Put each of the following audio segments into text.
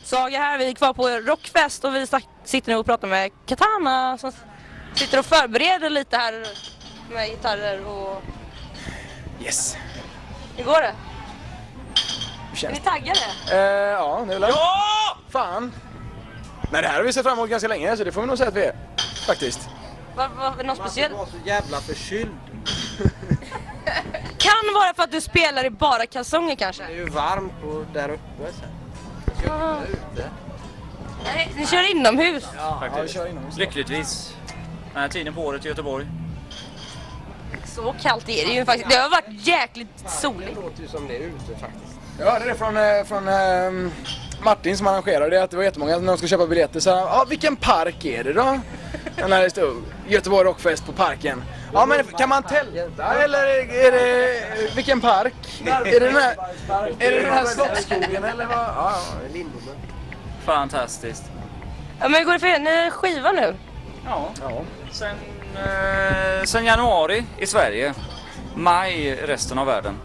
Saga här, vi är kvar på Rockfest och vi sitter nu och pratar med Katana som sitter och förbereder lite här med gitarrer och... Yes. Hur går det? Hur känns Är ni taggade? Ja, det är väl... Ja! Fan! Nej, det här har vi sett fram emot ganska länge, så det får vi nog säga att vi är. Faktiskt. Var något speciellt? Man var så jävla förkyld. Kan vara för att du spelar i bara kalsonger kanske? Det är ju varmt där uppe sen. Ute. Nej, ni kör inomhus. Ja, Faktiskt. vi kör inomhus. Lyckligtvis. Den här tiden på året i Göteborg. Så kallt är det ju faktiskt. Det har varit jäkligt soligt. Det låter ju som det är ute faktiskt. Jag hörde det från Martin som arrangerade det, att det var jättemånga när de skulle köpa biljetter så ja, vilken park är det då? Den här stod Göteborg Rockfest på parken. Ja, men kan man tälta eller är det vilken park? Är det den här Slottsskogen eller vad? Ja, Lindome. Fantastiskt. Ja, men hur går det för er? Ni är skiva nu? Ja. ja. Sen januari i Sverige. Maj i resten av världen.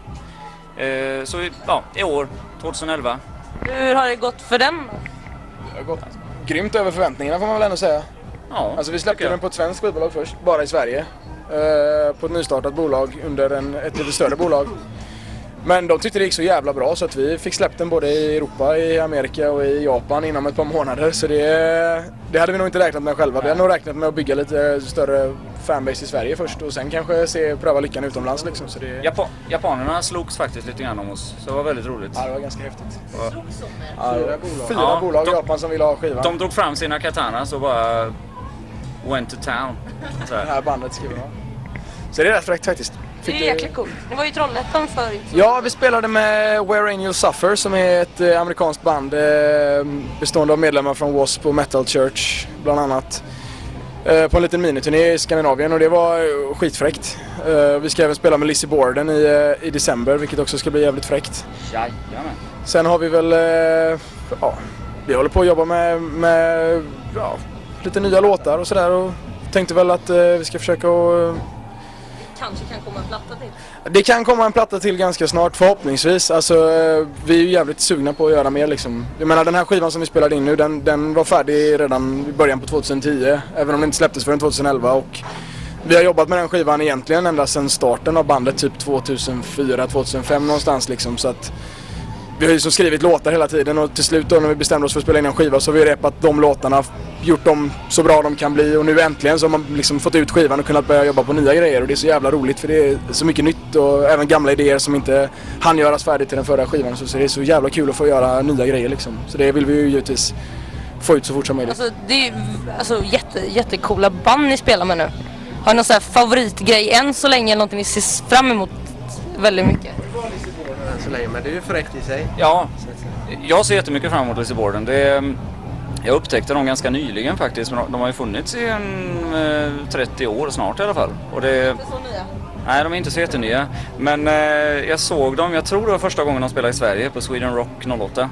Så ja, i år, 2011. Hur har det gått för den? Det har gått grymt över förväntningarna får man väl ändå säga. Ja, Alltså vi släppte den på ett svenskt skivbolag först, bara i Sverige. På ett nystartat bolag under ett lite större bolag. Men de tyckte det gick så jävla bra så att vi fick släppt den både i Europa, i Amerika och i Japan inom ett par månader. Så det hade vi nog inte räknat med själva. Vi hade nog räknat med att bygga lite större fanbase i Sverige först och sen kanske pröva lyckan utomlands liksom. Så det... Japanerna slogs faktiskt lite grann om oss, så det var väldigt roligt. Ja, det var ganska häftigt. Ja. Fyra bolag i Japan som ville ha skivan. De drog fram sina katanas och bara went to town. Så Det här bandet skriver de. Så det är rätt fräckt faktiskt. Det är jäkligt coolt. Det var ju Trollhättan förut. Ja, vi spelade med Where Angels Suffer som är ett amerikanskt band bestående av medlemmar från Wasp och Metal Church bland annat. På en liten miniturné i Skandinavien och det var skitfräckt. Vi ska även spela med Lizzie Borden i december, vilket också ska bli jävligt fräckt. jajamän. Sen har vi väl, vi håller på att jobba med lite nya låtar och sådär och tänkte väl att vi ska försöka och Kanske kan komma en platta till. det kan komma en platta till ganska snart förhoppningsvis. Alltså vi är ju jävligt sugna på att göra mer liksom. Jag menar den här skivan som vi spelade in nu den var färdig redan i början på 2010. Även om den inte släpptes förrän 2011 och vi har jobbat med den skivan egentligen ända sedan starten av bandet typ 2004-2005 någonstans liksom så att vi har ju så skrivit låtar hela tiden och till slut då när vi bestämde oss för att spela in en skiva så har vi repat de låtarna, gjort dem så bra de kan bli och nu äntligen så har man liksom fått ut skivan och kunnat börja jobba på nya grejer och det är så jävla roligt för det är så mycket nytt och även gamla idéer som inte hann göras färdigt till den förra skivan så det är så jävla kul att få göra nya grejer liksom. Så det vill vi ju givetvis få ut så fort som möjligt. Alltså det är ju jättecoola band ni spelar med nu. Har ni någon sån här favoritgrej än så länge eller någonting ni ser fram emot väldigt mycket? Så länge, men det är ju fräckt i sig. Ja, jag ser jättemycket fram emot Lizzie Borden. Jag upptäckte dem ganska nyligen faktiskt, men de har ju funnits i 30 år snart i alla fall. Och det, Inte så nya. nej, de är inte så jättenya. Men jag såg dem, jag tror det var första gången de spelade i Sverige på Sweden Rock 08.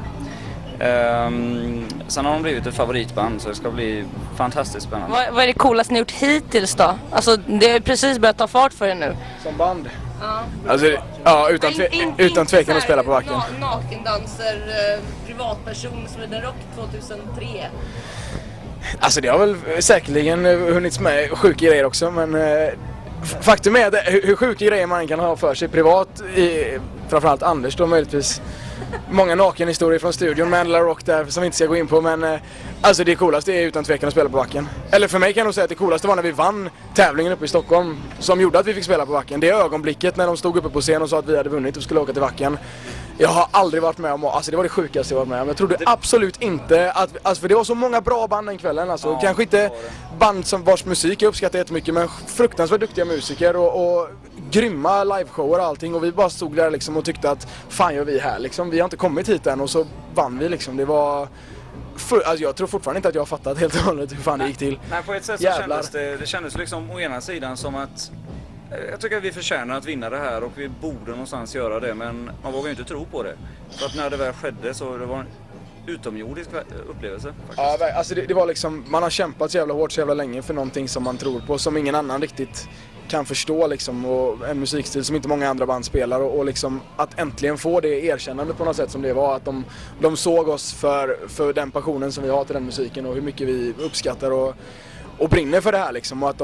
Sen har de blivit ett favoritband så det ska bli fantastiskt spännande. Vad är det coolaste ni gjort hittills då? Alltså det har precis börjat ta fart för er nu. Som band? Ja. Alltså, ja, utan tvekan att spela på backen. Nakendanser, privatperson, Sweden Rock 2003. Alltså det har väl säkerligen hunnits med sjuka grejer också men faktum är att hur sjuka grejer man kan ha för sig privat framförallt Anders då möjligtvis många nakenhistorier från studion med Mandela Rock där som vi inte ska gå in på men alltså det coolaste är utan tvekan att spela på backen. Eller för mig kan jag nog säga att det coolaste var när vi vann tävlingen uppe i Stockholm som gjorde att vi fick spela på backen. Det ögonblicket när de stod uppe på scen och sa att vi hade vunnit och skulle åka till backen. Jag har aldrig varit med om, alltså det var det sjukaste jag varit med om. Jag trodde absolut inte att, alltså för det var så många bra band den kvällen alltså. Ja, kanske inte band som vars musik jag uppskattar jättemycket men fruktansvärt duktiga musiker och grymma liveshower och allting och vi bara stod där liksom och tyckte att fan gör vi här liksom. Vi har inte kommit hit än och så vann vi liksom. Det var alltså jag tror fortfarande inte att jag har fattat helt och hållet hur fan det gick till. Nej, på ett sätt så kändes det kändes liksom å ena sidan som att jag tycker att vi förtjänar att vinna det här och vi borde någonstans göra det men man vågar ju inte tro på det. Så att när det väl skedde så det var en utomjordisk upplevelse faktiskt. Ja, alltså det var liksom, man har kämpat så jävla hårt så jävla länge för någonting som man tror på som ingen annan riktigt kan förstå liksom, och en musikstil som inte många andra band spelar och liksom att äntligen få det erkännande på något sätt som det var, att de såg oss för den passionen som vi har till den musiken och hur mycket vi uppskattar och brinner för det här liksom, och att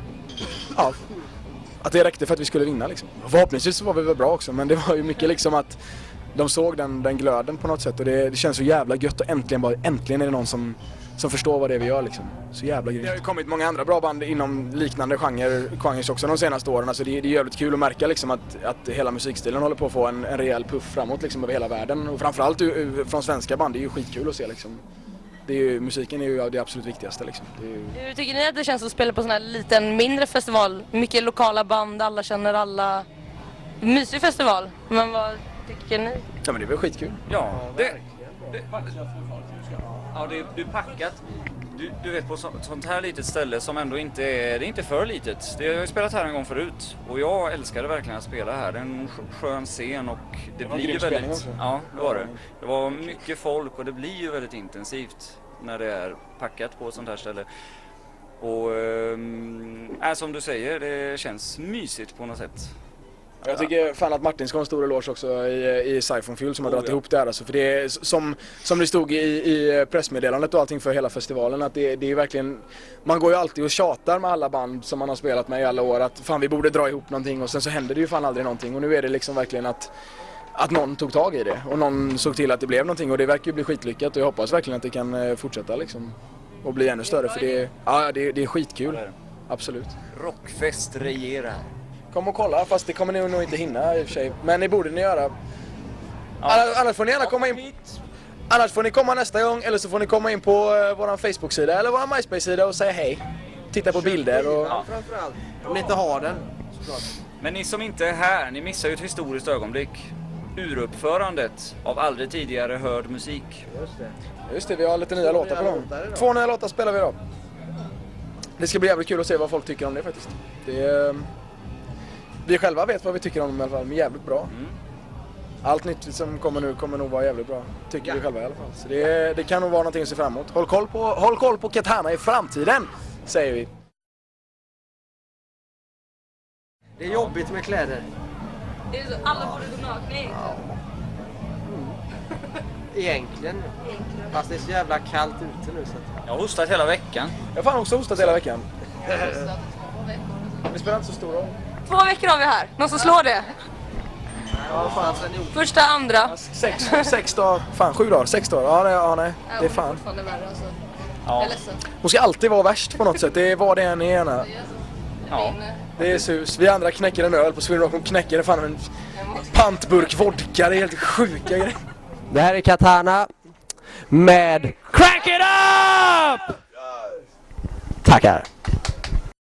att det räckte för att vi skulle vinna liksom. Förhoppningsvis så var vi väl bra också, men det var ju mycket liksom att de såg den glöden på något sätt, och det känns så jävla gött, och äntligen är det någon som förstår vad det är vi gör liksom. Så jävla grymt. Det har ju kommit många andra bra band inom liknande genrer också de senaste åren. Alltså det är jävligt kul att märka liksom att hela musikstilen håller på att få en rejäl puff framåt liksom över hela världen. Och framförallt från svenska band, det är ju skitkul att se liksom. Musiken är ju det absolut viktigaste liksom. Hur tycker ni att det känns att spela på sån här liten, mindre festival? Mycket lokala band, alla känner alla. Mysig festival. Men vad tycker ni? Ja, men det är väl skitkul. Ja, det är packat. Du vet, på sånt här litet ställe som ändå inte är, det är inte för litet. Det har jag spelat här en gång förut och jag älskade verkligen att spela här. Det är en skön scen och det blir ju väldigt... Ja, det var det. Det var mycket folk och det blir ju väldigt intensivt när det är packat på ett sånt här ställe. Och som du säger, det känns mysigt på något sätt. Jag tycker fan att Martin ska ha en stor eloge också i Siphon Fuel som har dragit ihop det här. Alltså, för det är som det stod i pressmeddelandet och allting för hela festivalen, att det är verkligen, man går ju alltid och tjatar med alla band som man har spelat med i alla år att fan vi borde dra ihop någonting, och sen så händer det ju fan aldrig någonting, och nu är det liksom verkligen att någon tog tag i det och någon såg till att det blev någonting, och det verkar ju bli skitlyckat, och jag hoppas verkligen att det kan fortsätta liksom och bli ännu större, för det är skitkul. Absolut. Rockfest regerar. Kom och kolla, fast det kommer ni nog inte hinna i och för sig. Men det borde ni göra. Annars får ni gärna komma in. Annars får ni komma nästa gång, eller så får ni komma in på våran Facebook-sida eller våran MySpace-sida och säga hej. Titta på bilder och... Ja, framförallt. Om ni inte har den, såklart. Men ni som inte är här, ni missar ju ett historiskt ögonblick. Uruppförandet av aldrig tidigare hörd musik. Just det, vi har lite nya låtar på dem. 2 nya låtar spelar vi idag. Det ska bli jävligt kul att se vad folk tycker om det faktiskt. Vi själva vet vad vi tycker om dem i alla fall, men jävligt bra. Allt nytt som kommer nu kommer nog vara jävligt bra, tycker vi själva i alla fall. Så det kan nog vara någonting att se fram emot. Håll koll på Katana i framtiden, säger vi. Det är jobbigt med kläder. Det är så, alla borde gå nakna Egentligen. Fast det är så jävla kallt ute nu så att... Jag har hostat hela veckan. Jag har fan också hostat hela veckan. Det spelar inte så stor roll. 2 veckor har vi här. Någon som slår det? Ja, fan. Första, andra. 6 dagar. Fan, 7 dagar. 6 dagar. Ja, nej. Det är fan. Jag är ledsen. Hon ska alltid vara värst på något sätt. Det är vad det än är ena. Ja. Det är sus. Vi andra knäcker en öl på Sweden Rock. Hon knäcker fan en pantburk vodka. Det är helt sjuka grejer. Det här är Katana med Crank It Up! Tackar!